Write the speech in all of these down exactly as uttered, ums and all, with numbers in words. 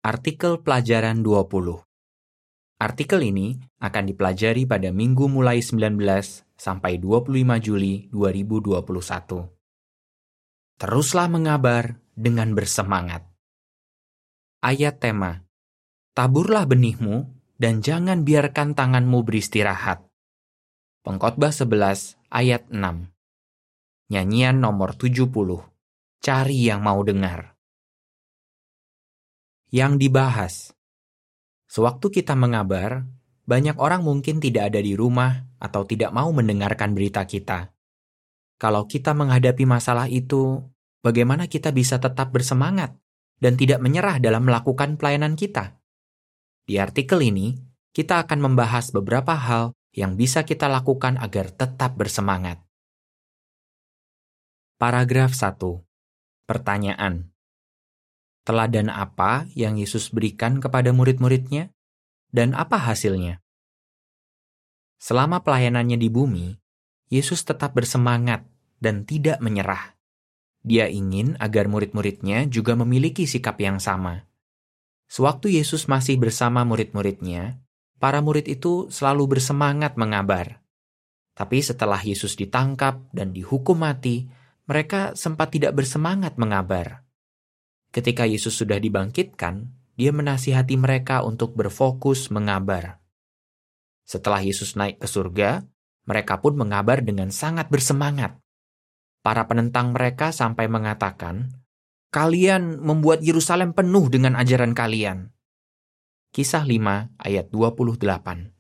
Artikel pelajaran dua puluh. Artikel ini akan dipelajari pada minggu mulai sembilan belas sampai dua puluh lima Juli dua ribu dua puluh satu. Teruslah mengabar dengan bersemangat. Ayat tema: Taburlah benihmu dan jangan biarkan tanganmu beristirahat. Pengkhotbah sebelas ayat enam. Nyanyian nomor tujuh puluh. Cari yang mau dengar. Yang dibahas. Sewaktu kita mengabar, banyak orang mungkin tidak ada di rumah atau tidak mau mendengarkan berita kita. Kalau kita menghadapi masalah itu, bagaimana kita bisa tetap bersemangat dan tidak menyerah dalam melakukan pelayanan kita? Di artikel ini, kita akan membahas beberapa hal yang bisa kita lakukan agar tetap bersemangat. Paragraf satu. Pertanyaan. Teladan apa yang Yesus berikan kepada murid-muridnya, dan apa hasilnya? Selama pelayanannya di bumi, Yesus tetap bersemangat dan tidak menyerah. Dia ingin agar murid-muridnya juga memiliki sikap yang sama. Sewaktu Yesus masih bersama murid-muridnya, para murid itu selalu bersemangat mengabar. Tapi setelah Yesus ditangkap dan dihukum mati, mereka sempat tidak bersemangat mengabar. Ketika Yesus sudah dibangkitkan, dia menasihati mereka untuk berfokus mengabar. Setelah Yesus naik ke surga, mereka pun mengabar dengan sangat bersemangat. Para penentang mereka sampai mengatakan, "Kalian membuat Yerusalem penuh dengan ajaran kalian." Kisah lima ayat dua puluh delapan.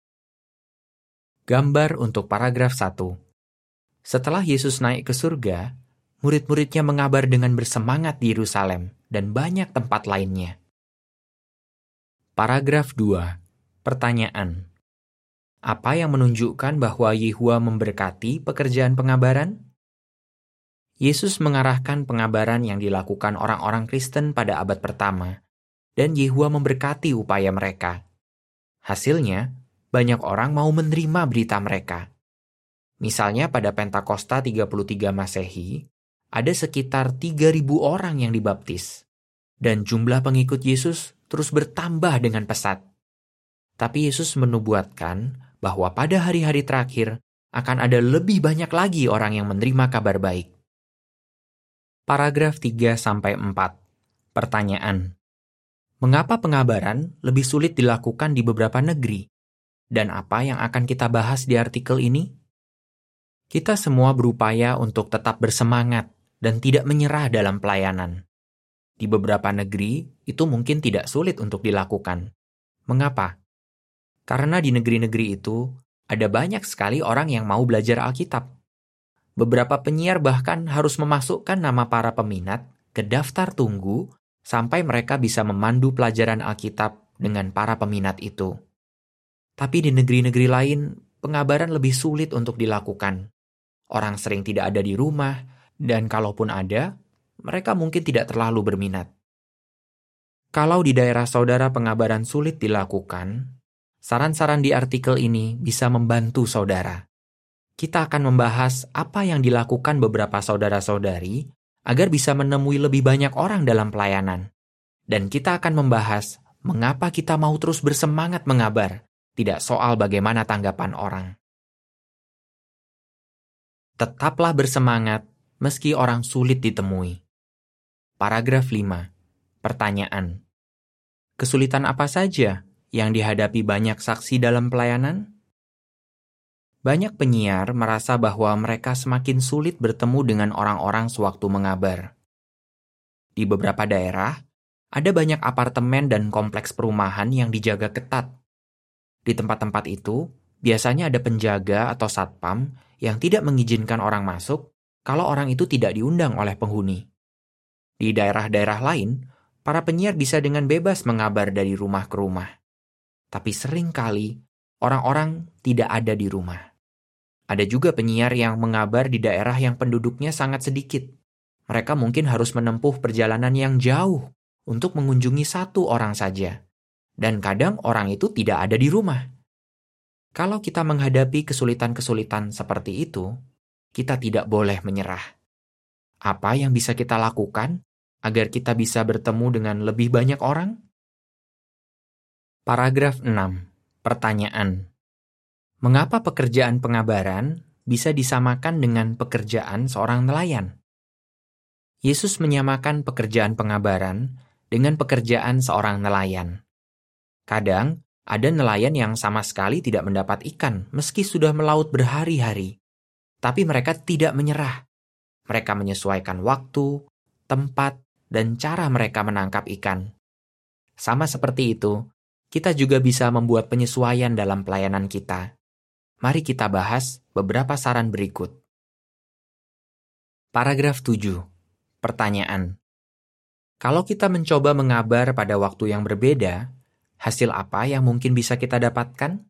Gambar untuk paragraf satu. Setelah Yesus naik ke surga, murid-muridnya mengabar dengan bersemangat di Yerusalem dan banyak tempat lainnya. Paragraf dua. Pertanyaan. Apa yang menunjukkan bahwa Yehua memberkati pekerjaan pengabaran? Yesus mengarahkan pengabaran yang dilakukan orang-orang Kristen pada abad pertama, dan Yehua memberkati upaya mereka. Hasilnya, banyak orang mau menerima berita mereka. Misalnya pada Pentakosta tiga puluh tiga Masehi, ada sekitar tiga ribu orang yang dibaptis, dan jumlah pengikut Yesus terus bertambah dengan pesat. Tapi Yesus menubuatkan bahwa pada hari-hari terakhir akan ada lebih banyak lagi orang yang menerima kabar baik. Paragraf tiga sampai empat. Pertanyaan. Mengapa pengabaran lebih sulit dilakukan di beberapa negeri? Dan apa yang akan kita bahas di artikel ini? Kita semua berupaya untuk tetap bersemangat dan tidak menyerah dalam pelayanan. Di beberapa negeri, itu mungkin tidak sulit untuk dilakukan. Mengapa? Karena di negeri-negeri itu, ada banyak sekali orang yang mau belajar Alkitab. Beberapa penyiar bahkan harus memasukkan nama para peminat ke daftar tunggu sampai mereka bisa memandu pelajaran Alkitab dengan para peminat itu. Tapi di negeri-negeri lain, pengabaran lebih sulit untuk dilakukan. Orang sering tidak ada di rumah, dan kalaupun ada, mereka mungkin tidak terlalu berminat. Kalau di daerah saudara pengabaran sulit dilakukan, saran-saran di artikel ini bisa membantu saudara. Kita akan membahas apa yang dilakukan beberapa saudara-saudari agar bisa menemui lebih banyak orang dalam pelayanan. Dan kita akan membahas mengapa kita mau terus bersemangat mengabar, tidak soal bagaimana tanggapan orang. Tetaplah bersemangat meski orang sulit ditemui. Paragraf lima. Pertanyaan. Kesulitan apa saja yang dihadapi banyak saksi dalam pelayanan? Banyak penyiar merasa bahwa mereka semakin sulit bertemu dengan orang-orang sewaktu mengabar. Di beberapa daerah, ada banyak apartemen dan kompleks perumahan yang dijaga ketat. Di tempat-tempat itu, biasanya ada penjaga atau satpam yang tidak mengizinkan orang masuk kalau orang itu tidak diundang oleh penghuni. Di daerah-daerah lain, para penyiar bisa dengan bebas mengabar dari rumah ke rumah. Tapi seringkali, orang-orang tidak ada di rumah. Ada juga penyiar yang mengabar di daerah yang penduduknya sangat sedikit. Mereka mungkin harus menempuh perjalanan yang jauh untuk mengunjungi satu orang saja. Dan kadang orang itu tidak ada di rumah. Kalau kita menghadapi kesulitan-kesulitan seperti itu, kita tidak boleh menyerah. Apa yang bisa kita lakukan agar kita bisa bertemu dengan lebih banyak orang? Paragraf enam. Pertanyaan. Mengapa pekerjaan pengabaran bisa disamakan dengan pekerjaan seorang nelayan? Yesus menyamakan pekerjaan pengabaran dengan pekerjaan seorang nelayan. Kadang, ada nelayan yang sama sekali tidak mendapat ikan meski sudah melaut berhari-hari. Tapi mereka tidak menyerah. Mereka menyesuaikan waktu, tempat, dan cara mereka menangkap ikan. Sama seperti itu, kita juga bisa membuat penyesuaian dalam pelayanan kita. Mari kita bahas beberapa saran berikut. Paragraf tujuh. Pertanyaan. Kalau kita mencoba mengabar pada waktu yang berbeda, hasil apa yang mungkin bisa kita dapatkan?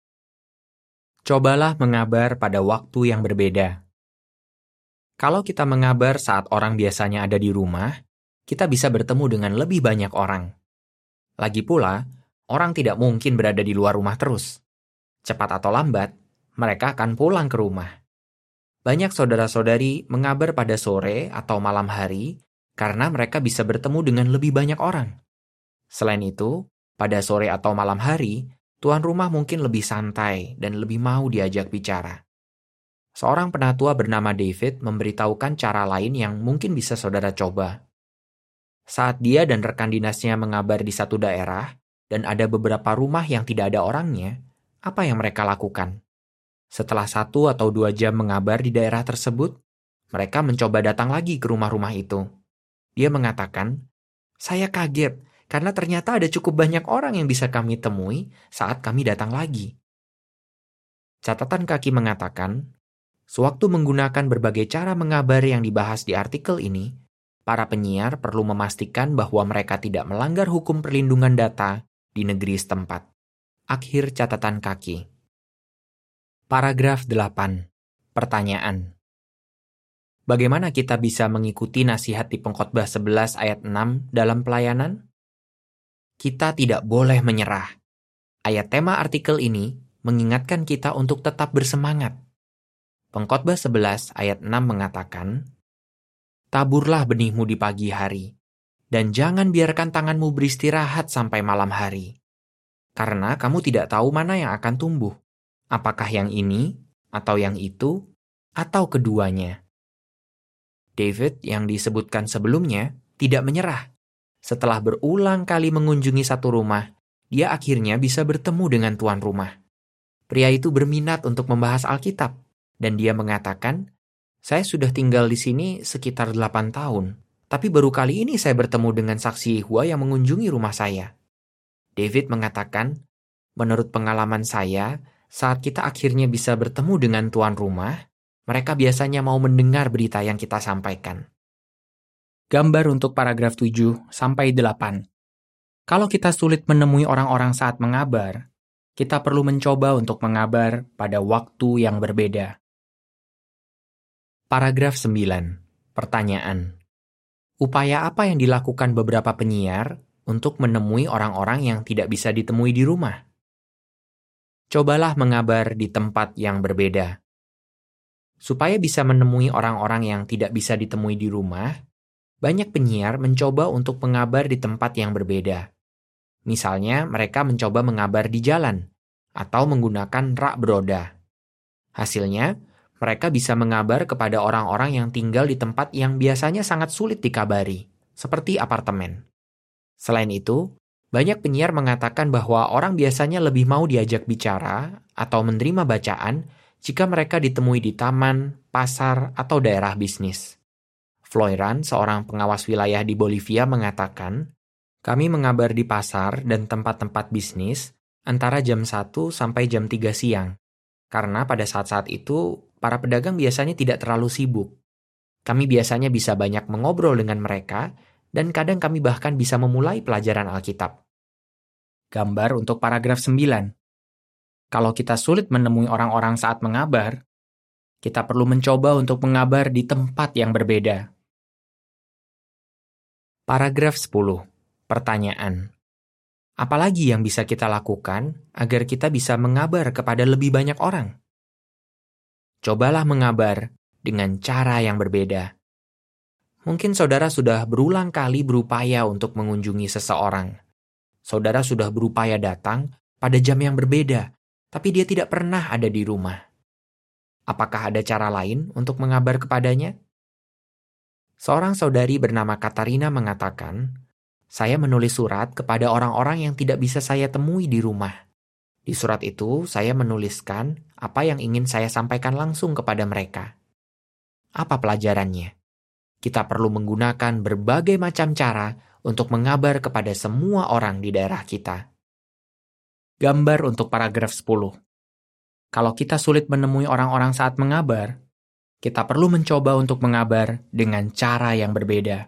Cobalah mengabar pada waktu yang berbeda. Kalau kita mengabar saat orang biasanya ada di rumah, kita bisa bertemu dengan lebih banyak orang. Lagi pula, orang tidak mungkin berada di luar rumah terus. Cepat atau lambat, mereka akan pulang ke rumah. Banyak saudara-saudari mengabar pada sore atau malam hari karena mereka bisa bertemu dengan lebih banyak orang. Selain itu, pada sore atau malam hari, tuan rumah mungkin lebih santai dan lebih mau diajak bicara. Seorang penatua bernama David memberitahukan cara lain yang mungkin bisa saudara coba. Saat dia dan rekan dinasnya mengabar di satu daerah dan ada beberapa rumah yang tidak ada orangnya, apa yang mereka lakukan? Setelah satu atau dua jam mengabar di daerah tersebut, mereka mencoba datang lagi ke rumah-rumah itu. Dia mengatakan, "Saya kaget karena ternyata ada cukup banyak orang yang bisa kami temui saat kami datang lagi." Catatan kaki mengatakan, sewaktu menggunakan berbagai cara mengabar yang dibahas di artikel ini, para penyiar perlu memastikan bahwa mereka tidak melanggar hukum perlindungan data di negeri setempat. Akhir catatan kaki. Paragraf delapan. Pertanyaan. Bagaimana kita bisa mengikuti nasihat di Pengkhotbah sebelas ayat enam dalam pelayanan? Kita tidak boleh menyerah. Ayat tema artikel ini mengingatkan kita untuk tetap bersemangat. Pengkhotbah sebelas ayat enam mengatakan, "Taburlah benihmu di pagi hari, dan jangan biarkan tanganmu beristirahat sampai malam hari. Karena kamu tidak tahu mana yang akan tumbuh. Apakah yang ini, atau yang itu, atau keduanya?" David yang disebutkan sebelumnya tidak menyerah. Setelah berulang kali mengunjungi satu rumah, dia akhirnya bisa bertemu dengan tuan rumah. Pria itu berminat untuk membahas Alkitab, dan dia mengatakan, "Saya sudah tinggal di sini sekitar delapan tahun, tapi baru kali ini saya bertemu dengan saksi Yehova yang mengunjungi rumah saya." David mengatakan, "Menurut pengalaman saya, saat kita akhirnya bisa bertemu dengan tuan rumah, mereka biasanya mau mendengar berita yang kita sampaikan." Gambar untuk paragraf tujuh sampai delapan. Kalau kita sulit menemui orang-orang saat mengabar, kita perlu mencoba untuk mengabar pada waktu yang berbeda. Paragraf sembilan. Pertanyaan. Upaya apa yang dilakukan beberapa penyiar untuk menemui orang-orang yang tidak bisa ditemui di rumah? Cobalah mengabar di tempat yang berbeda. Supaya bisa menemui orang-orang yang tidak bisa ditemui di rumah, banyak penyiar mencoba untuk mengabar di tempat yang berbeda. Misalnya, mereka mencoba mengabar di jalan atau menggunakan rak beroda. Hasilnya, mereka bisa mengabar kepada orang-orang yang tinggal di tempat yang biasanya sangat sulit dikabari, seperti apartemen. Selain itu, banyak penyiar mengatakan bahwa orang biasanya lebih mau diajak bicara atau menerima bacaan jika mereka ditemui di taman, pasar, atau daerah bisnis. Floyran, seorang pengawas wilayah di Bolivia, mengatakan, "Kami mengabar di pasar dan tempat-tempat bisnis antara jam satu sampai jam tiga siang, karena pada saat-saat itu para pedagang biasanya tidak terlalu sibuk. Kami biasanya bisa banyak mengobrol dengan mereka, dan kadang kami bahkan bisa memulai pelajaran Alkitab." Gambar untuk paragraf sembilan. Kalau kita sulit menemui orang-orang saat mengabar, kita perlu mencoba untuk mengabar di tempat yang berbeda. Paragraf sepuluh. Pertanyaan. Apalagi yang bisa kita lakukan agar kita bisa mengabar kepada lebih banyak orang? Cobalah mengabar dengan cara yang berbeda. Mungkin saudara sudah berulang kali berupaya untuk mengunjungi seseorang, saudara sudah berupaya datang pada jam yang berbeda, tapi dia tidak pernah ada di rumah. Apakah ada cara lain untuk mengabar kepadanya? Seorang saudari bernama Katarina mengatakan, "Saya menulis surat kepada orang-orang yang tidak bisa saya temui di rumah. Di surat itu, saya menuliskan apa yang ingin saya sampaikan langsung kepada mereka." Apa pelajarannya? Kita perlu menggunakan berbagai macam cara untuk mengabar kepada semua orang di daerah kita. Gambar untuk paragraf sepuluh. Kalau kita sulit menemui orang-orang saat mengabar, kita perlu mencoba untuk mengabar dengan cara yang berbeda.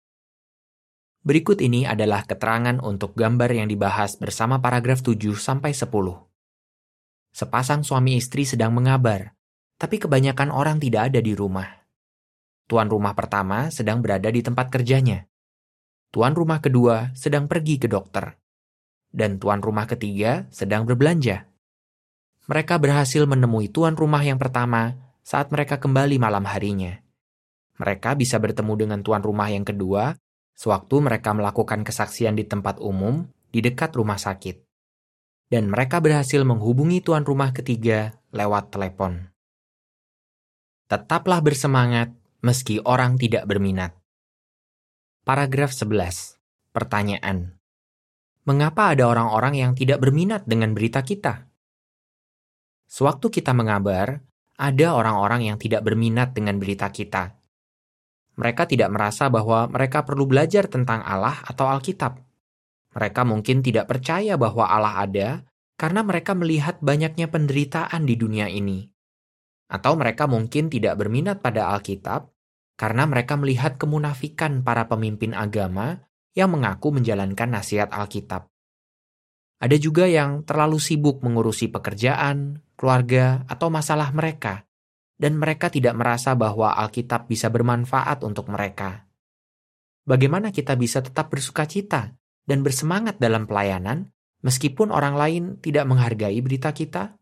Berikut ini adalah keterangan untuk gambar yang dibahas bersama paragraf tujuh sampai sepuluh. Sepasang suami istri sedang mengabar, tapi kebanyakan orang tidak ada di rumah. Tuan rumah pertama sedang berada di tempat kerjanya. Tuan rumah kedua sedang pergi ke dokter. Dan tuan rumah ketiga sedang berbelanja. Mereka berhasil menemui tuan rumah yang pertama saat mereka kembali malam harinya. Mereka bisa bertemu dengan tuan rumah yang kedua sewaktu mereka melakukan kesaksian di tempat umum di dekat rumah sakit. Dan mereka berhasil menghubungi tuan rumah ketiga lewat telepon. Tetaplah bersemangat meski orang tidak berminat. Paragraf sebelas. Pertanyaan. Mengapa ada orang-orang yang tidak berminat dengan berita kita? Sewaktu kita mengabar, ada orang-orang yang tidak berminat dengan berita kita. Mereka tidak merasa bahwa mereka perlu belajar tentang Allah atau Alkitab. Mereka mungkin tidak percaya bahwa Allah ada karena mereka melihat banyaknya penderitaan di dunia ini. Atau mereka mungkin tidak berminat pada Alkitab karena mereka melihat kemunafikan para pemimpin agama yang mengaku menjalankan nasihat Alkitab. Ada juga yang terlalu sibuk mengurusi pekerjaan, keluarga, atau masalah mereka, dan mereka tidak merasa bahwa Alkitab bisa bermanfaat untuk mereka. Bagaimana kita bisa tetap bersukacita dan bersemangat dalam pelayanan meskipun orang lain tidak menghargai berita kita?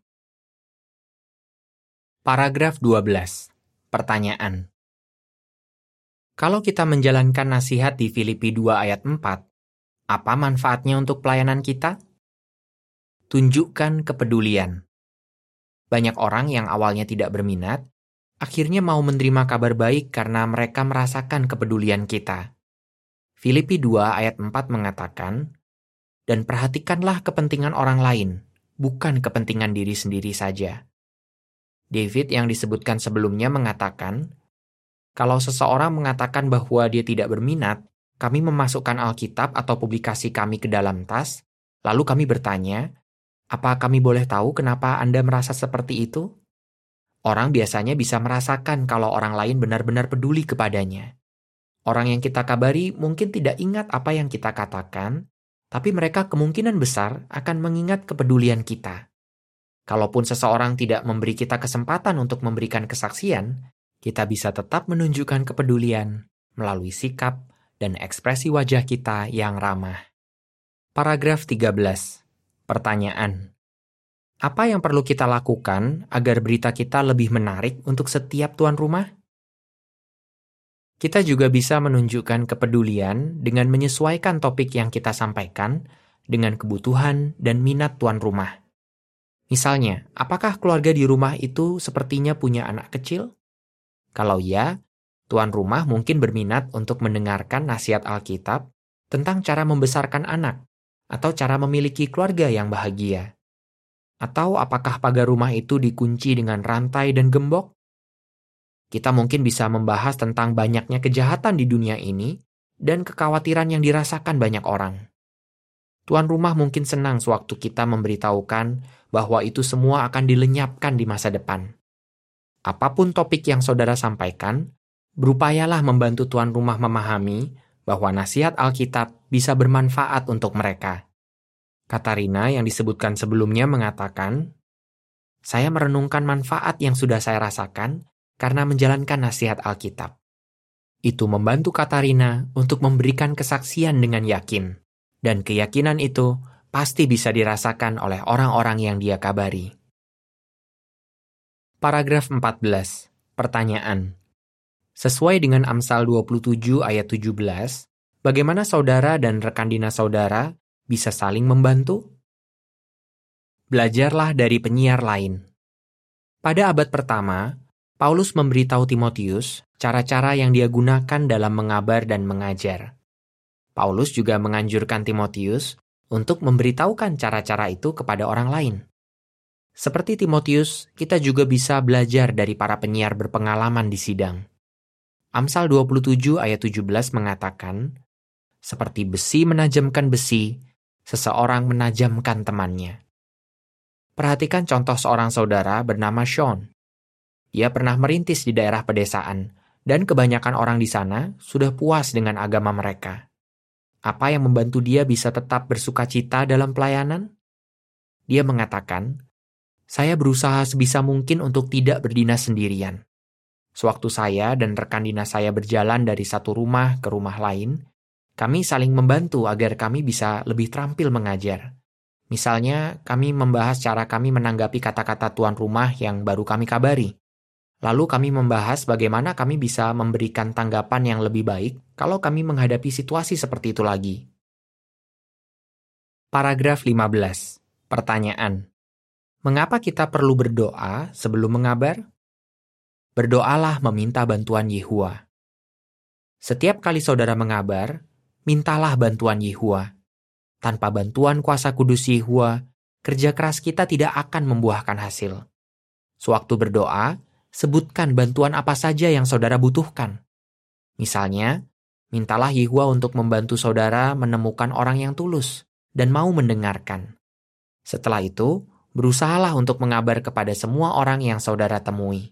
Paragraf dua belas. Pertanyaan. Kalau kita menjalankan nasihat di Filipi dua ayat empat, apa manfaatnya untuk pelayanan kita? Tunjukkan kepedulian. Banyak orang yang awalnya tidak berminat, akhirnya mau menerima kabar baik karena mereka merasakan kepedulian kita. Filipi dua ayat empat mengatakan, "Dan perhatikanlah kepentingan orang lain, bukan kepentingan diri sendiri saja." David yang disebutkan sebelumnya mengatakan, "Kalau seseorang mengatakan bahwa dia tidak berminat, kami memasukkan Alkitab atau publikasi kami ke dalam tas, lalu kami bertanya, 'Apa kami boleh tahu kenapa Anda merasa seperti itu?' Orang biasanya bisa merasakan kalau orang lain benar-benar peduli kepadanya. Orang yang kita kabari mungkin tidak ingat apa yang kita katakan, tapi mereka kemungkinan besar akan mengingat kepedulian kita. Kalaupun seseorang tidak memberi kita kesempatan untuk memberikan kesaksian, kita bisa tetap menunjukkan kepedulian melalui sikap dan ekspresi wajah kita yang ramah. Paragraf tiga belas. Pertanyaan. Apa yang perlu kita lakukan agar berita kita lebih menarik untuk setiap tuan rumah? Kita juga bisa menunjukkan kepedulian dengan menyesuaikan topik yang kita sampaikan dengan kebutuhan dan minat tuan rumah. Misalnya, apakah keluarga di rumah itu sepertinya punya anak kecil? Kalau ya, tuan rumah mungkin berminat untuk mendengarkan nasihat Alkitab tentang cara membesarkan anak atau cara memiliki keluarga yang bahagia. Atau apakah pagar rumah itu dikunci dengan rantai dan gembok? Kita mungkin bisa membahas tentang banyaknya kejahatan di dunia ini dan kekhawatiran yang dirasakan banyak orang. Tuan rumah mungkin senang sewaktu kita memberitahukan bahwa itu semua akan dilenyapkan di masa depan. Apapun topik yang saudara sampaikan, berupayalah membantu tuan rumah memahami bahwa nasihat Alkitab bisa bermanfaat untuk mereka. Katarina yang disebutkan sebelumnya mengatakan, "Saya merenungkan manfaat yang sudah saya rasakan karena menjalankan nasihat Alkitab." Itu membantu Katarina untuk memberikan kesaksian dengan yakin, dan keyakinan itu pasti bisa dirasakan oleh orang-orang yang dia kabari. Paragraf empat belas. Pertanyaan. Sesuai dengan Amsal dua puluh tujuh ayat tujuh belas, bagaimana saudara dan rekan dinas saudara bisa saling membantu? Belajarlah dari penyiar lain. Pada abad pertama, Paulus memberitahu Timotius cara-cara yang dia gunakan dalam mengabar dan mengajar. Paulus juga menganjurkan Timotius untuk memberitahukan cara-cara itu kepada orang lain. Seperti Timotius, kita juga bisa belajar dari para penyiar berpengalaman di sidang. Amsal dua puluh tujuh ayat tujuh belas mengatakan, "Seperti besi menajamkan besi, seseorang menajamkan temannya." Perhatikan contoh seorang saudara bernama Sean. Dia pernah merintis di daerah pedesaan, dan kebanyakan orang di sana sudah puas dengan agama mereka. Apa yang membantu dia bisa tetap bersukacita dalam pelayanan? Dia mengatakan, "Saya berusaha sebisa mungkin untuk tidak berdinas sendirian. Sewaktu saya dan rekan dinas saya berjalan dari satu rumah ke rumah lain, kami saling membantu agar kami bisa lebih terampil mengajar. Misalnya, kami membahas cara kami menanggapi kata-kata tuan rumah yang baru kami kabari. Lalu kami membahas bagaimana kami bisa memberikan tanggapan yang lebih baik kalau kami menghadapi situasi seperti itu lagi." Paragraf lima belas. Pertanyaan. Mengapa kita perlu berdoa sebelum mengabar? Berdoalah meminta bantuan Yehua. Setiap kali saudara mengabar, mintalah bantuan Yehua. Tanpa bantuan kuasa kudus Yehua, kerja keras kita tidak akan membuahkan hasil. Sewaktu berdoa, sebutkan bantuan apa saja yang saudara butuhkan. Misalnya, mintalah Yehua untuk membantu saudara menemukan orang yang tulus dan mau mendengarkan. Setelah itu, berusahalah untuk mengabar kepada semua orang yang saudara temui.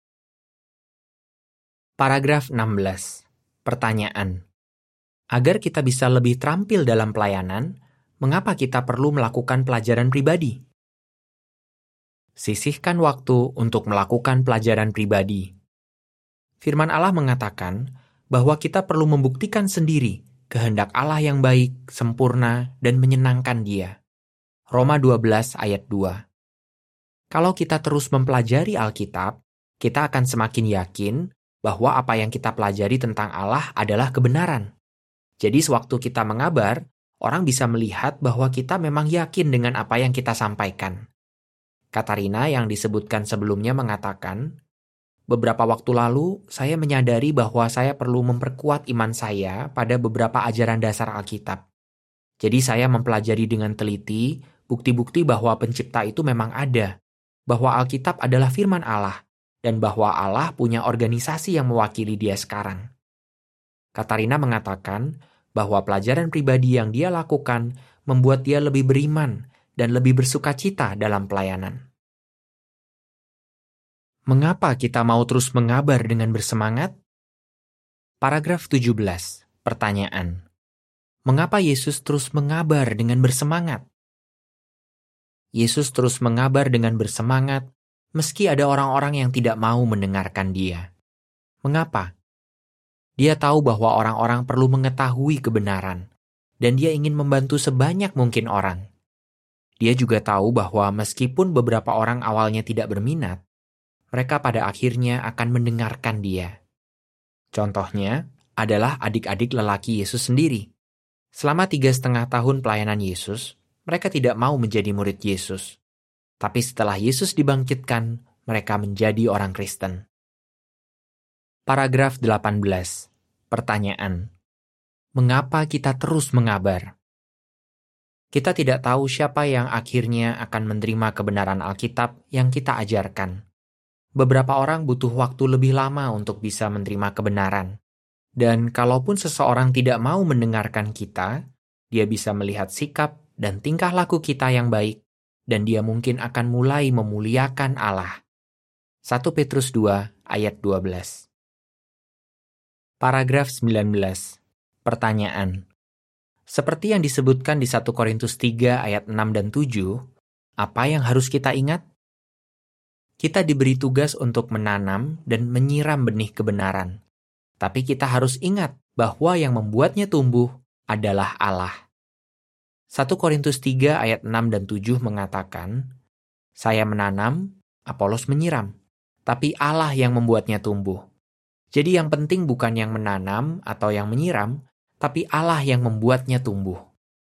Paragraf enam belas. Pertanyaan. Agar kita bisa lebih terampil dalam pelayanan, mengapa kita perlu melakukan pelajaran pribadi? Sisihkan waktu untuk melakukan pelajaran pribadi. Firman Allah mengatakan bahwa kita perlu membuktikan sendiri kehendak Allah yang baik, sempurna, dan menyenangkan Dia. Roma dua belas ayat dua. Kalau kita terus mempelajari Alkitab, kita akan semakin yakin bahwa apa yang kita pelajari tentang Allah adalah kebenaran. Jadi sewaktu kita mengabar, orang bisa melihat bahwa kita memang yakin dengan apa yang kita sampaikan. Katarina yang disebutkan sebelumnya mengatakan, "Beberapa waktu lalu, saya menyadari bahwa saya perlu memperkuat iman saya pada beberapa ajaran dasar Alkitab. Jadi saya mempelajari dengan teliti bukti-bukti bahwa pencipta itu memang ada, bahwa Alkitab adalah firman Allah, dan bahwa Allah punya organisasi yang mewakili Dia sekarang." Katarina mengatakan bahwa pelajaran pribadi yang dia lakukan membuat dia lebih beriman dan lebih bersukacita dalam pelayanan. Mengapa kita mau terus mengabar dengan bersemangat? Paragraf tujuh belas. Pertanyaan. Mengapa Yesus terus mengabar dengan bersemangat? Yesus terus mengabar dengan bersemangat meski ada orang-orang yang tidak mau mendengarkan Dia. Mengapa? Dia tahu bahwa orang-orang perlu mengetahui kebenaran, dan dia ingin membantu sebanyak mungkin orang. Dia juga tahu bahwa meskipun beberapa orang awalnya tidak berminat, mereka pada akhirnya akan mendengarkan dia. Contohnya adalah adik-adik lelaki Yesus sendiri. Selama tiga setengah tahun pelayanan Yesus, mereka tidak mau menjadi murid Yesus. Tapi setelah Yesus dibangkitkan, mereka menjadi orang Kristen. Paragraf delapan belas. Pertanyaan. Mengapa kita terus mengabar? Kita tidak tahu siapa yang akhirnya akan menerima kebenaran Alkitab yang kita ajarkan. Beberapa orang butuh waktu lebih lama untuk bisa menerima kebenaran. Dan kalaupun seseorang tidak mau mendengarkan kita, dia bisa melihat sikap dan tingkah laku kita yang baik, dan dia mungkin akan mulai memuliakan Allah. satu Petrus dua ayat dua belas. Paragraf sembilan belas. Pertanyaan. Seperti yang disebutkan di satu Korintus tiga ayat enam dan tujuh, apa yang harus kita ingat? Kita diberi tugas untuk menanam dan menyiram benih kebenaran. Tapi kita harus ingat bahwa yang membuatnya tumbuh adalah Allah. satu Korintus tiga ayat enam dan tujuh mengatakan, "Saya menanam, Apolos menyiram, tapi Allah yang membuatnya tumbuh." Jadi yang penting bukan yang menanam atau yang menyiram, tapi Allah yang membuatnya tumbuh.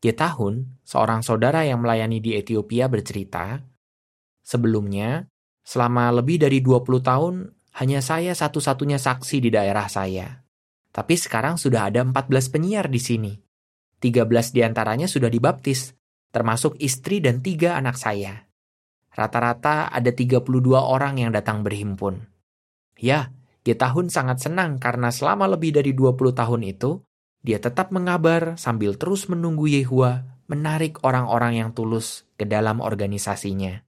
Getahun, seorang saudara yang melayani di Ethiopia bercerita, sebelumnya, selama lebih dari dua puluh tahun, hanya saya satu-satunya saksi di daerah saya. Tapi sekarang sudah ada empat belas penyiar di sini. tiga belas diantaranya sudah dibaptis, termasuk istri dan tiga anak saya. Rata-rata ada tiga puluh dua orang yang datang berhimpun. Ya, Getahun sangat senang karena selama lebih dari dua puluh tahun itu, dia tetap mengabar sambil terus menunggu Yehua menarik orang-orang yang tulus ke dalam organisasinya.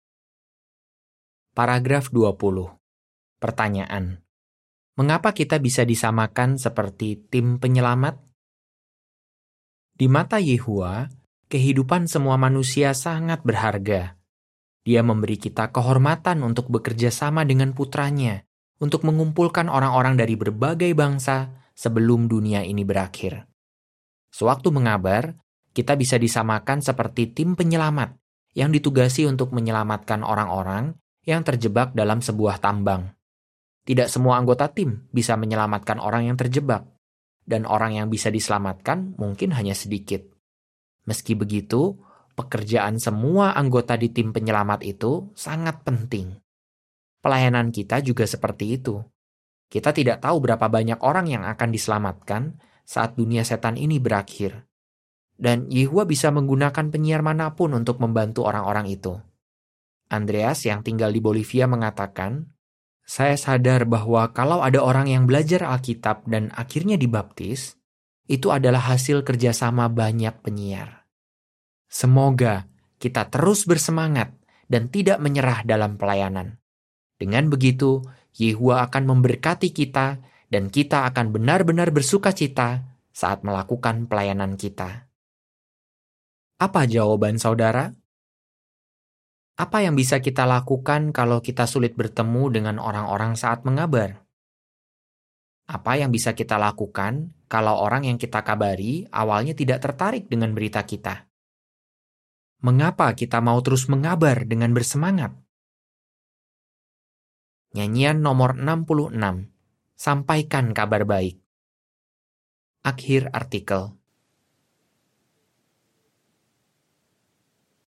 Paragraf dua puluh. Pertanyaan. Mengapa kita bisa disamakan seperti tim penyelamat? Di mata Yehua, kehidupan semua manusia sangat berharga. Dia memberi kita kehormatan untuk bekerja sama dengan putranya, untuk mengumpulkan orang-orang dari berbagai bangsa sebelum dunia ini berakhir. Sewaktu mengabar, kita bisa disamakan seperti tim penyelamat yang ditugasi untuk menyelamatkan orang-orang yang terjebak dalam sebuah tambang. Tidak semua anggota tim bisa menyelamatkan orang yang terjebak, dan orang yang bisa diselamatkan mungkin hanya sedikit. Meski begitu, pekerjaan semua anggota di tim penyelamat itu sangat penting. Pelayanan kita juga seperti itu. Kita tidak tahu berapa banyak orang yang akan diselamatkan saat dunia setan ini berakhir. Dan Yehua bisa menggunakan penyiar manapun untuk membantu orang-orang itu. Andreas yang tinggal di Bolivia mengatakan, saya sadar bahwa kalau ada orang yang belajar Alkitab dan akhirnya dibaptis, itu adalah hasil kerjasama banyak penyiar. Semoga kita terus bersemangat dan tidak menyerah dalam pelayanan. Dengan begitu, Yehua akan memberkati kita dan kita akan benar-benar bersuka cita saat melakukan pelayanan kita. Apa jawaban saudara? Apa yang bisa kita lakukan kalau kita sulit bertemu dengan orang-orang saat mengabar? Apa yang bisa kita lakukan kalau orang yang kita kabari awalnya tidak tertarik dengan berita kita? Mengapa kita mau terus mengabar dengan bersemangat? Nyanyian nomor enam puluh enam. Sampaikan kabar baik. Akhir artikel.